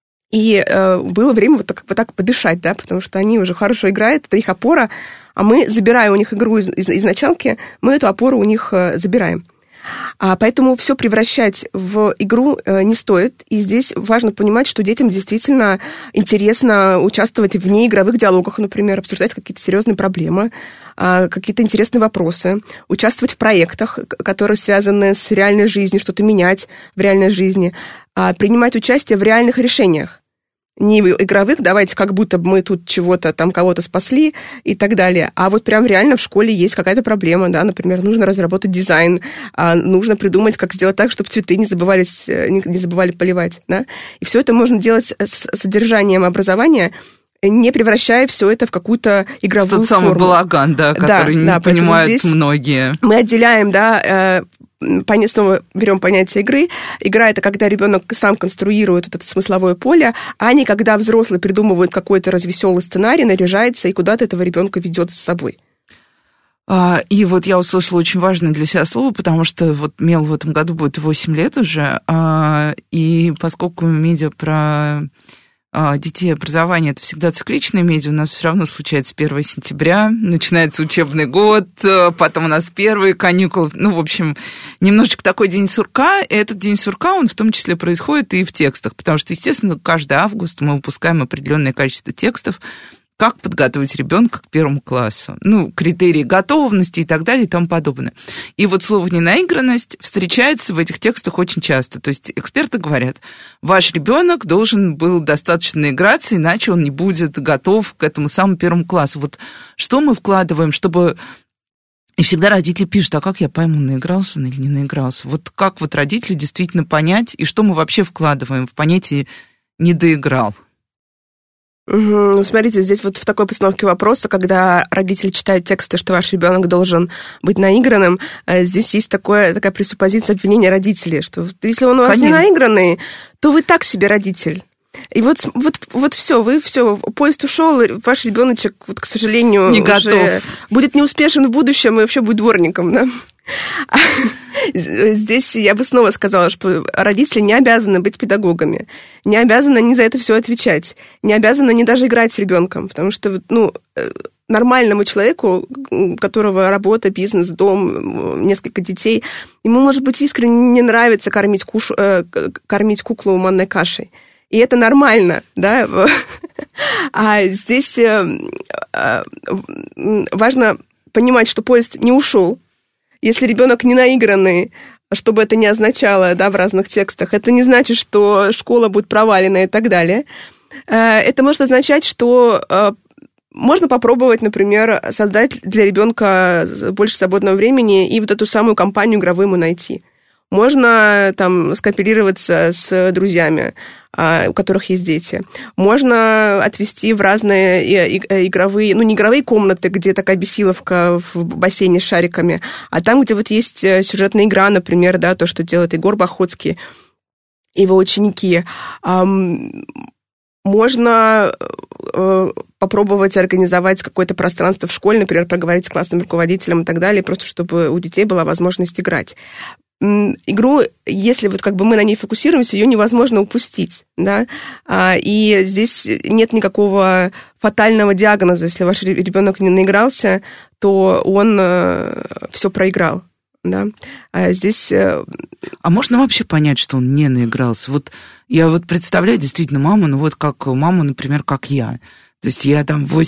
И было время вот так подышать, да, потому что они уже хорошо играют, это их опора, а мы, забирая у них игру из началки, мы эту опору у них забираем. Поэтому все превращать в игру не стоит, и здесь важно понимать, что детям действительно интересно участвовать в неигровых диалогах, например, обсуждать какие-то серьезные проблемы, какие-то интересные вопросы, участвовать в проектах, которые связаны с реальной жизнью, что-то менять в реальной жизни, принимать участие в реальных решениях. Не игровых, давайте как будто мы тут чего-то, там кого-то спасли и так далее. А вот прям реально в школе есть какая-то проблема, да, например, нужно разработать дизайн, нужно придумать, как сделать так, чтобы цветы не забывали поливать, да. И все это можно делать с содержанием образования, не превращая все это в какую-то игровую форму. Тот самый балаган, да, который не понимают многие. Мы отделяем, да, снова берем понятие игры. Игра — это когда ребенок сам конструирует вот это смысловое поле, а не когда взрослый придумывает какой-то развеселый сценарий, наряжается и куда-то этого ребенка ведет с собой. И вот я услышала очень важное для себя слово, потому что вот Мел в этом году будет 8 лет уже, и поскольку медиа про детей и образование — это всегда цикличные медиа, у нас все равно случается 1 сентября, начинается учебный год, потом у нас первые каникулы, ну, в общем, немножечко такой день сурка, и этот день сурка, он в том числе происходит и в текстах, потому что, естественно, каждый август мы выпускаем определенное количество текстов, как подготовить ребенка к 1 классу, ну, критерии готовности и так далее и тому подобное. И вот слово «ненаигранность» встречается в этих текстах очень часто. То есть эксперты говорят, ваш ребенок должен был достаточно наиграться, иначе он не будет готов к этому самому 1 классу. Вот что мы вкладываем, чтобы... И всегда родители пишут, а как я пойму, наигрался он или не наигрался? Вот как вот родителю действительно понять, и что мы вообще вкладываем в понятие «не доиграл»? Ну, смотрите, здесь вот в такой постановке вопроса, когда родители читают тексты, что ваш ребенок должен быть наигранным, здесь есть такая пресуппозиция обвинения родителей, что если он у вас не наигранный, то вы так себе родитель. И вот все, поезд ушел, и ваш ребеночек, вот, к сожалению, не готов. Будет неуспешен в будущем и вообще будет дворником, да? Здесь я бы снова сказала, что родители не обязаны быть педагогами, не обязаны они за это все отвечать, не обязаны они даже играть с ребенком, потому что, ну, нормальному человеку, у которого работа, бизнес, дом, несколько детей, ему, может быть, искренне не нравится кормить куклу манной кашей. И это нормально, да. А здесь важно понимать, что поезд не ушел. Если ребенок не наигранный, что бы это ни означало, да, в разных текстах, это не значит, что школа будет провалена и так далее. Это может означать, что можно попробовать, например, создать для ребенка больше свободного времени и вот эту самую компанию игровую ему найти. Можно там скооперироваться с друзьями, у которых есть дети. Можно отвести в разные игровые, ну, не игровые комнаты, где такая бесиловка в бассейне с шариками, а там, где вот есть сюжетная игра, например, да, то, что делает Егор Бахоцкий. его ученики. Можно попробовать организовать какое-то пространство в школе, например, проговорить с классным руководителем и так далее, просто чтобы у детей была возможность играть. Игру, если вот как бы мы на ней фокусируемся, ее невозможно упустить, да, и здесь нет никакого фатального диагноза. Если ваш ребенок не наигрался, то он все проиграл, да. А здесь... А можно вообще понять, что он не наигрался? Вот я вот представляю действительно маму, ну вот как маму, например, как я. То есть я там в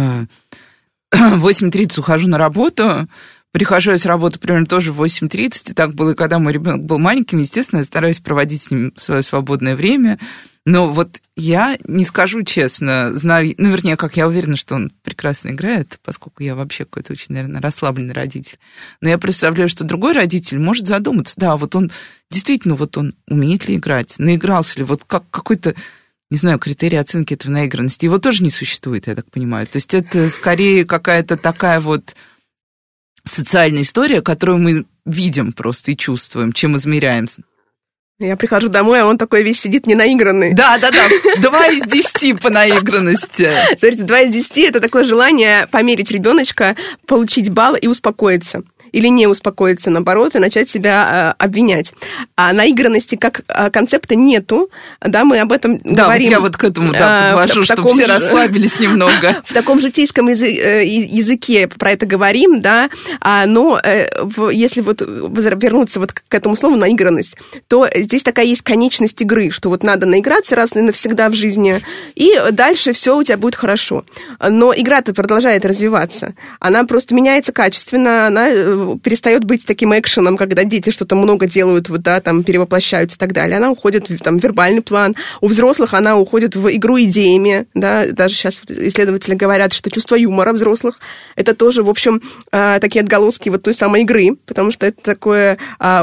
8:30 ухожу на работу, прихожу я с работы примерно тоже в 8:30, и так было, и когда мой ребенок был маленьким, естественно, я стараюсь проводить с ним свое свободное время, но вот я не скажу честно, знаю, ну, вернее, как я уверена, что он прекрасно играет, поскольку я вообще какой-то очень, наверное, расслабленный родитель, но я представляю, что другой родитель может задуматься, да, вот он действительно, вот он умеет ли играть, наигрался ли, вот как какой-то, не знаю, критерий оценки этого наигранности, его тоже не существует, я так понимаю, то есть это скорее какая-то такая вот социальная история, которую мы видим просто и чувствуем, чем измеряем. Я прихожу домой, а он такой весь сидит ненаигранный. Да. 2 из 10 по наигранности. Смотрите, 2 из 10 – это такое желание померить ребеночка, получить балл и успокоиться. Или не успокоиться, наоборот, и начать себя обвинять. А наигранности как концепта нету, да, мы об этом говорим. Да, я вот к этому подвожу, чтобы все расслабились немного. В таком житейском языке про это говорим, да, но если вот вернуться вот к этому слову наигранность, то здесь такая есть конечность игры, что вот надо наиграться раз и навсегда в жизни, и дальше все у тебя будет хорошо. Но игра-то продолжает развиваться, она просто меняется качественно, она перестает быть таким экшеном, когда дети что-то много делают, вот, да, там, перевоплощаются и так далее. Она уходит в там, вербальный план. У взрослых она уходит в игру идеями, да, даже сейчас исследователи говорят, что чувство юмора взрослых – это тоже, в общем, такие отголоски вот той самой игры, потому что это такое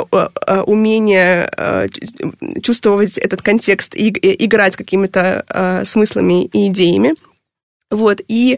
умение чувствовать этот контекст и играть какими-то смыслами и идеями. Вот, и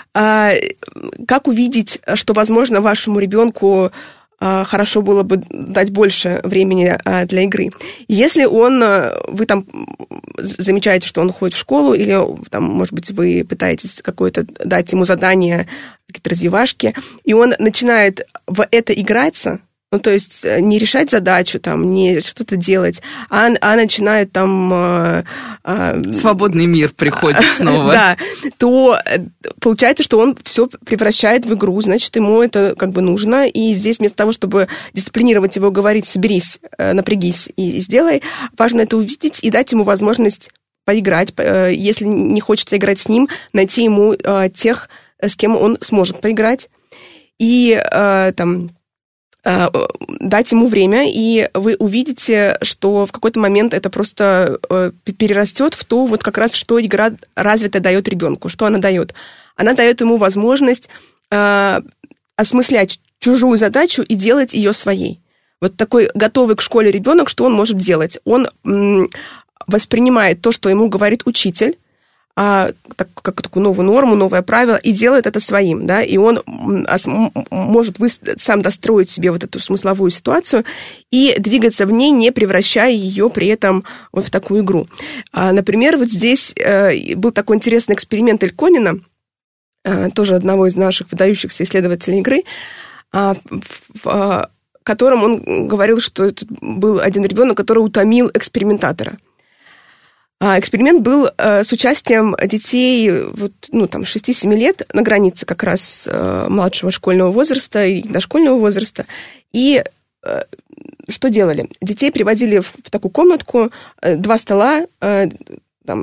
как увидеть, что, возможно, вашему ребенку хорошо было бы дать больше времени для игры? Если вы там замечаете, что он ходит в школу, или, там, может быть, вы пытаетесь какое-то дать ему задание, какие-то развивашки, и он начинает в это играться, ну, то есть не решать задачу, там, не что-то делать, а начинает там... Свободный мир приходит снова. Да, то получается, что он все превращает в игру, значит, ему это как бы нужно, и здесь вместо того, чтобы дисциплинировать его, говорить, соберись, напрягись и сделай, важно это увидеть и дать ему возможность поиграть, если не хочется играть с ним, найти ему тех, с кем он сможет поиграть, и там... дать ему время, и вы увидите, что в какой-то момент это просто перерастет в то, вот как раз, что игра развитая дает ребенку. Что она дает? Она дает ему возможность осмыслять чужую задачу и делать ее своей. Вот такой готовый к школе ребенок, что он может делать? Он воспринимает то, что ему говорит учитель, как такую новую норму, новое правило, и делает это своим, да, и он может сам достроить себе вот эту смысловую ситуацию и двигаться в ней, не превращая ее при этом вот в такую игру. Например, вот здесь был такой интересный эксперимент Эльконина, тоже одного из наших выдающихся исследователей игры, в котором он говорил, что это был один ребенок, который утомил экспериментатора. Эксперимент был с участием детей вот, ну, там, 6-7 лет, на границе как раз младшего школьного возраста и дошкольного возраста. И что делали? Детей приводили в такую комнатку, 2 стола, там,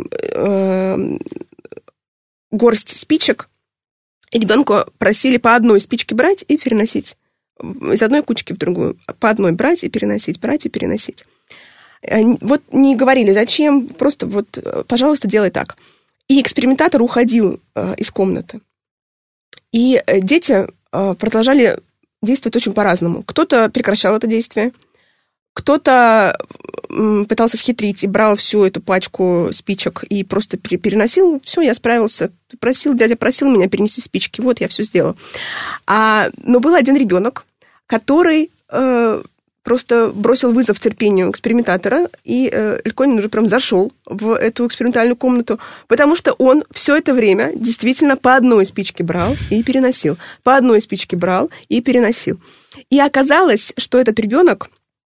горсть спичек, и ребенку просили по одной спичке брать и переносить. Из одной кучки в другую. По одной брать и переносить, брать и переносить. Вот не говорили, зачем, просто вот, пожалуйста, делай так. И экспериментатор уходил из комнаты. И дети продолжали действовать очень по-разному. Кто-то прекращал это действие, кто-то пытался схитрить и брал всю эту пачку спичек и просто переносил. Все, я справился. Дядя просил меня перенести спички. Вот, я все сделал. Но был один ребенок, который просто бросил вызов терпению экспериментатора, и Эльконин уже прям зашел в эту экспериментальную комнату, потому что он все это время действительно по одной спичке брал и переносил, по одной спичке брал и переносил. И оказалось, что этот ребенок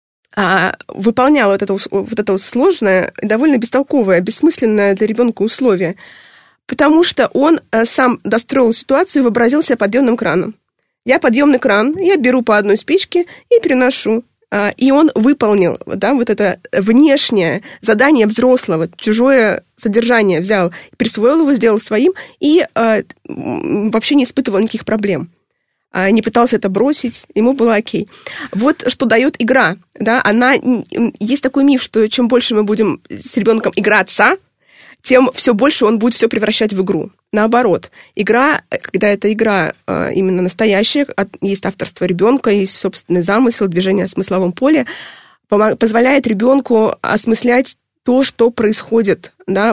выполнял вот это сложное, довольно бестолковое, бессмысленное для ребенка условие, потому что он сам достроил ситуацию и вообразил себя подъемным краном. Я подъемный кран, я беру по одной спичке и переношу. И он выполнил, да, вот это внешнее задание взрослого, чужое содержание взял, присвоил его, сделал своим и вообще не испытывал никаких проблем. Не пытался это бросить, ему было окей. Вот что дает игра. Да, есть такой миф, что чем больше мы будем с ребенком играться, тем все больше он будет все превращать в игру. Наоборот, игра, когда это игра именно настоящая, есть авторство ребенка, есть собственный замысел, движение в смысловом поле, позволяет ребенку осмыслять то, что происходит, да,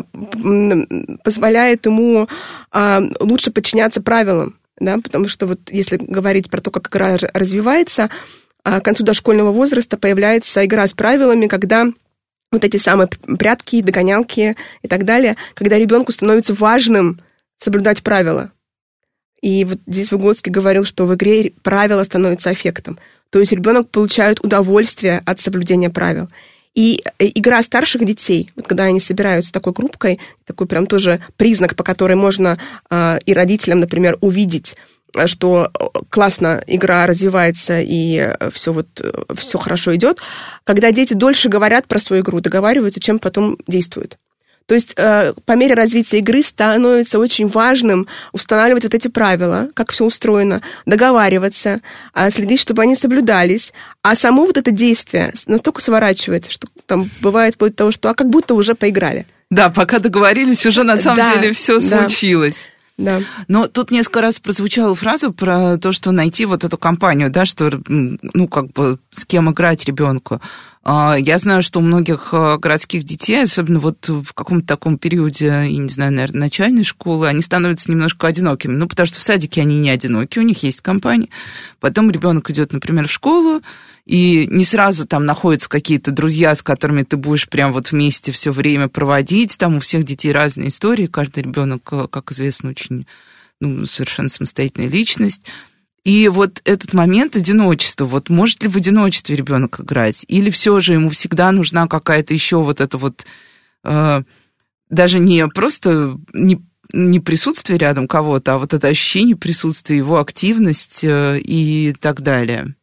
позволяет ему лучше подчиняться правилам, да, потому что вот если говорить про то, как игра развивается, к концу дошкольного возраста появляется игра с правилами, когда вот эти самые прятки, догонялки и так далее, когда ребенку становится важным соблюдать правила. И вот здесь Выгодский говорил, что в игре правила становятся аффектом. То есть ребенок получает удовольствие от соблюдения правил. И игра старших детей, вот когда они собираются такой группкой, такой прям тоже признак, по которой можно и родителям, например, увидеть, что классно игра развивается и все хорошо идет, когда дети дольше говорят про свою игру, договариваются, чем потом действуют. То есть по мере развития игры становится очень важным устанавливать вот эти правила, как все устроено, договариваться, следить, чтобы они соблюдались. А само вот это действие настолько сворачивается, что там бывает вплоть до того, что как будто уже поиграли. Да, пока договорились, уже на самом деле все случилось. Да. Но тут несколько раз прозвучала фраза про то, что найти вот эту компанию, да, что, ну, как бы, с кем играть ребенку. Я знаю, что у многих городских детей, особенно вот в каком-то таком периоде, я не знаю, наверное, начальной школы, они становятся немножко одинокими. Ну, потому что в садике они не одиноки, у них есть компания. Потом ребенок идет, например, в школу, и не сразу там находятся какие-то друзья, с которыми ты будешь прям вот вместе все время проводить. Там у всех детей разные истории. Каждый ребенок, как известно, очень, совершенно самостоятельная личность. И вот этот момент одиночества, вот может ли в одиночестве ребенок играть? Или все же ему всегда нужна какая-то еще вот эта вот, даже не просто не присутствие рядом кого-то, а вот это ощущение присутствия, его активность и так далее?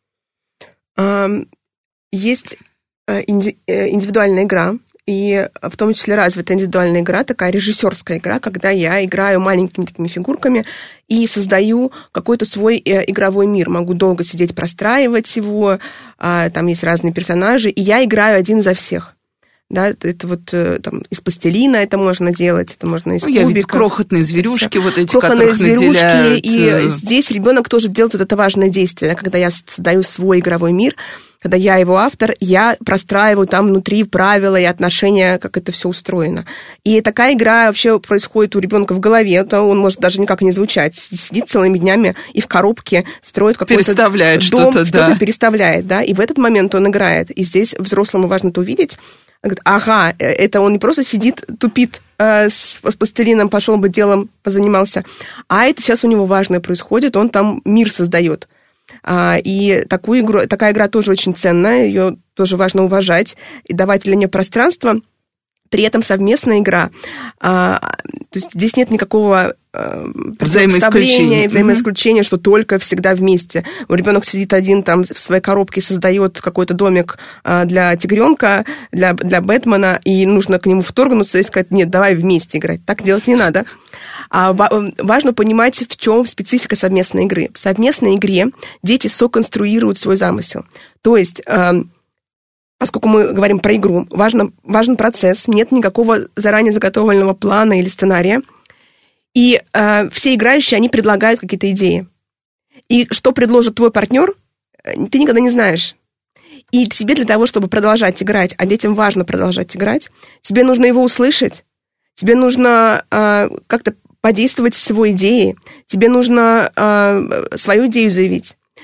Есть индивидуальная игра, и в том числе развитая индивидуальная игра, такая режиссерская игра, когда я играю маленькими такими фигурками и создаю какой-то свой игровой мир. Могу долго сидеть, простраивать его, там есть разные персонажи, и я играю один за всех. Да, это вот там из пластилина это можно делать, это можно из кубика. Я видела крохотные зверюшки, вот эти, крохотные которых наделяют. И здесь ребенок тоже делает вот это важное действие, когда я создаю свой игровой мир, когда я его автор, я простраиваю там внутри правила и отношения, как это все устроено. И такая игра вообще происходит у ребенка в голове, то он может даже никак не звучать, сидит целыми днями и в коробке строит какой-то переставляет дом, что-то переставляет, да, и в этот момент он играет. И здесь взрослому важно это увидеть. Говорит, ага, это он не просто сидит, тупит с пластилином, пошел бы делом, позанимался, а это сейчас у него важное происходит, он там мир создает. И такая игра тоже очень ценная, ее тоже важно уважать и давать для нее пространство. При этом совместная игра, то есть здесь нет никакого взаимоисключения, что только всегда вместе. Ребенок сидит один там в своей коробке, создает какой-то домик для тигренка, для Бэтмена, и нужно к нему вторгнуться и сказать, нет, давай вместе играть. Так делать не надо. Важно понимать, в чем специфика совместной игры. В совместной игре дети соконструируют свой замысел. То есть поскольку мы говорим про игру, важен процесс, нет никакого заранее заготовленного плана или сценария. И все играющие, они предлагают какие-то идеи. И что предложит твой партнер, ты никогда не знаешь. И тебе для того, чтобы продолжать играть, а детям важно продолжать играть, тебе нужно его услышать, тебе нужно как-то подействовать с его идеей, тебе нужно свою идею заявить.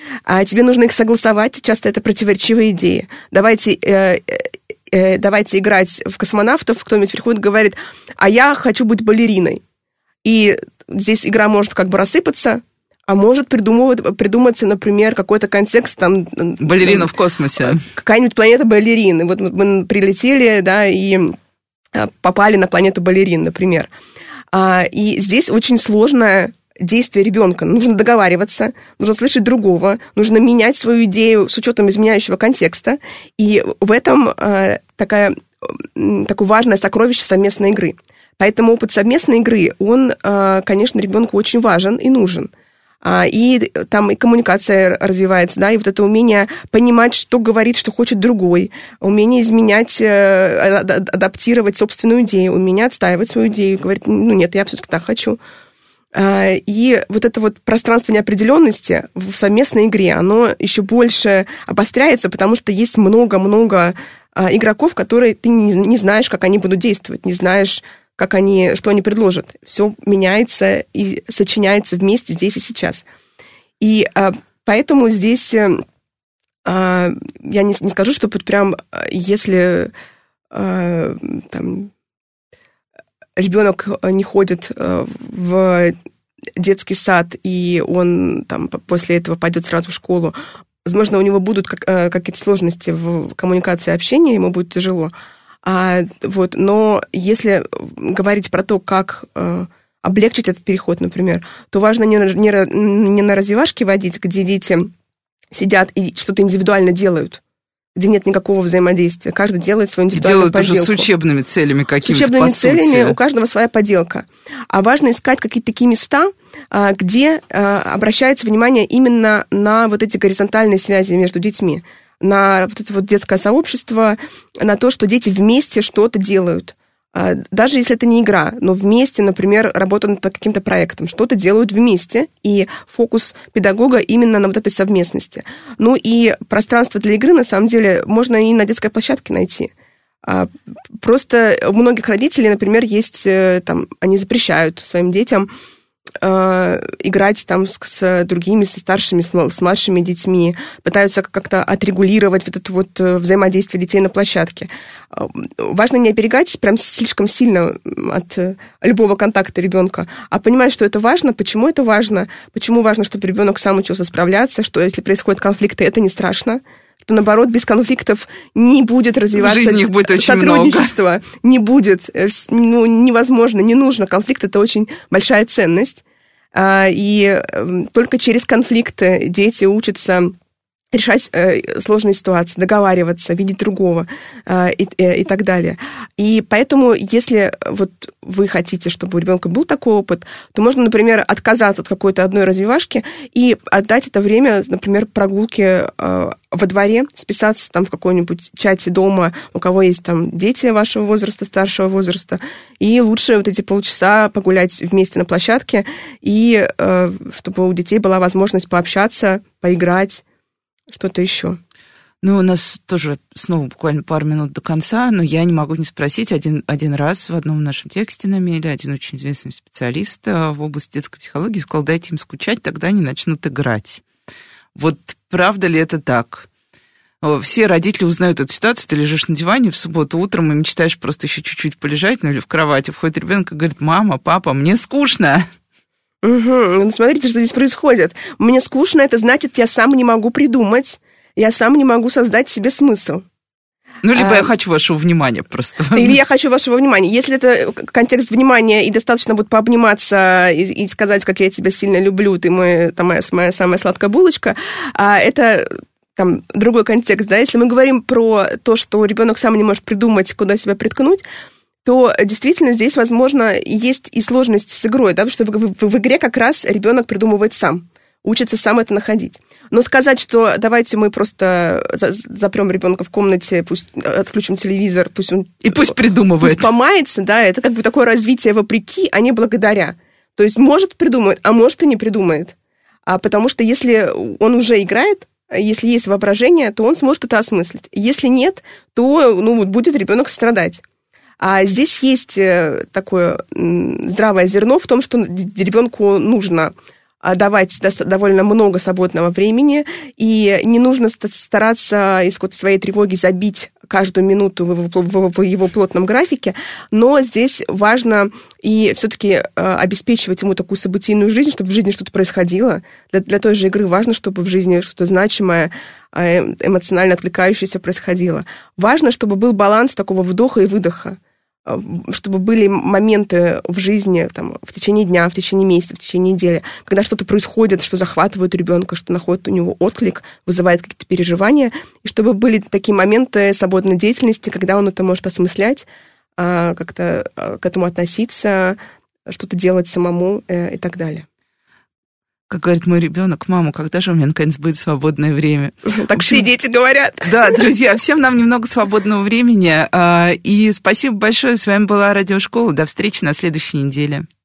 тебе нужно их согласовать, часто это противоречивые идеи. Давайте играть в космонавтов, кто-нибудь приходит и говорит, а я хочу быть балериной. И здесь игра может как бы рассыпаться, а может придуматься, например, какой-то контекст там... Балерина в космосе. Какая-нибудь планета балерин. И вот мы прилетели, да, и попали на планету балерин, например. И здесь очень сложное действие ребенка. Нужно договариваться, нужно слышать другого, нужно менять свою идею с учетом изменяющего контекста. И в этом такое важное сокровище совместной игры. Поэтому опыт совместной игры, он, конечно, ребенку очень важен и нужен. И там и коммуникация развивается, да, и вот это умение понимать, что говорит, что хочет другой, умение изменять, адаптировать собственную идею, умение отстаивать свою идею, говорить, нет, я все-таки так хочу. И вот это вот пространство неопределенности в совместной игре, оно еще больше обостряется, потому что есть много-много игроков, которые ты не знаешь, как они будут действовать, не знаешь, что они предложат. Все меняется и сочиняется вместе здесь и сейчас. И поэтому здесь я не скажу, что прям если там, ребенок не ходит в детский сад, и он там, после этого пойдет сразу в школу, возможно, у него будут какие-то сложности в коммуникации и общении, ему будет тяжело. Но если говорить про то, как облегчить этот переход, например, то важно не на развивашки водить, где дети сидят и что-то индивидуально делают, где нет никакого взаимодействия. Каждый делает свою индивидуальную поделку. Делают уже с учебными целями какими-то, с учебными целями, у каждого своя поделка. А важно искать какие-то такие места, где обращается внимание именно на вот эти горизонтальные связи между детьми, на вот это вот детское сообщество, на то, что дети вместе что-то делают. Даже если это не игра, но вместе, например, работают над каким-то проектом, что-то делают вместе, и фокус педагога именно на вот этой совместности. И пространство для игры, на самом деле, можно и на детской площадке найти. Просто у многих родителей, например, есть, они запрещают своим детям играть там с другими, со старшими, с младшими детьми, пытаются как-то отрегулировать вот это вот взаимодействие детей на площадке. Важно не оберегать прям слишком сильно от любого контакта ребенка, а понимать, что это важно, почему важно, чтобы ребенок сам учился справляться, что если происходят конфликты, это не страшно, что, наоборот, без конфликтов не будет развиваться сотрудничество, не будет, невозможно, не нужно. Конфликт — это очень большая ценность, и только через конфликты дети учатся решать сложные ситуации, договариваться, видеть другого и так далее. И поэтому, если вот вы хотите, чтобы у ребенка был такой опыт, то можно, например, отказаться от какой-то одной развивашки и отдать это время, например, прогулке во дворе, списаться там в какой-нибудь чате дома, у кого есть там дети вашего возраста, старшего возраста, и лучше вот эти полчаса погулять вместе на площадке, и чтобы у детей была возможность пообщаться, поиграть, что-то еще. У нас тоже снова буквально пару минут до конца, но я не могу не спросить. Один раз в одном нашем тексте на Мейле один очень известный специалист в области детской психологии сказал: дайте им скучать, тогда они начнут играть. Вот правда ли это так? Все родители узнают эту ситуацию, ты лежишь на диване в субботу утром и мечтаешь просто еще чуть-чуть полежать, или в кровати, входит ребенок и говорит: мама, папа, мне скучно. Угу. Смотрите, что здесь происходит. Мне скучно, это значит, я сам не могу придумать, я сам не могу создать себе смысл. Либо я хочу вашего внимания просто. Или я хочу вашего внимания. Если это контекст внимания, и достаточно будет пообниматься и сказать, как я тебя сильно люблю, ты моя самая сладкая булочка, это там другой контекст. Да? Если мы говорим про то, что ребенок сам не может придумать, куда себя приткнуть, то действительно здесь, возможно, есть и сложность с игрой, да, потому что в игре как раз ребенок придумывает сам, учится сам это находить. Но сказать, что давайте мы просто запрем ребенка в комнате, пусть отключим телевизор, пусть он... И пусть придумывает. Пусть помается, да, это как бы такое развитие вопреки, а не благодаря. То есть может придумает, а может и не придумает. Потому что если он уже играет, если есть воображение, то он сможет это осмыслить. Если нет, то будет ребенок страдать. А здесь есть такое здравое зерно в том, что ребенку нужно давать довольно много свободного времени, и не нужно стараться из своей тревоги забить каждую минуту в его плотном графике, но здесь важно и все-таки обеспечивать ему такую событийную жизнь, чтобы в жизни что-то происходило. Для той же игры важно, чтобы в жизни что-то значимое, эмоционально откликающееся происходило. Важно, чтобы был баланс такого вдоха и выдоха, чтобы были моменты в жизни, там, в течение дня, в течение месяца, в течение недели, когда что-то происходит, что захватывает ребенка, что находит у него отклик, вызывает какие-то переживания, и чтобы были такие моменты свободной деятельности, когда он это может осмыслять, как-то к этому относиться, что-то делать самому и так далее. Как говорит мой ребенок: мама, когда же у меня наконец будет свободное время? Так все дети говорят. Да, друзья, всем нам немного свободного времени. И спасибо большое. С вами была Радиошкола. До встречи на следующей неделе.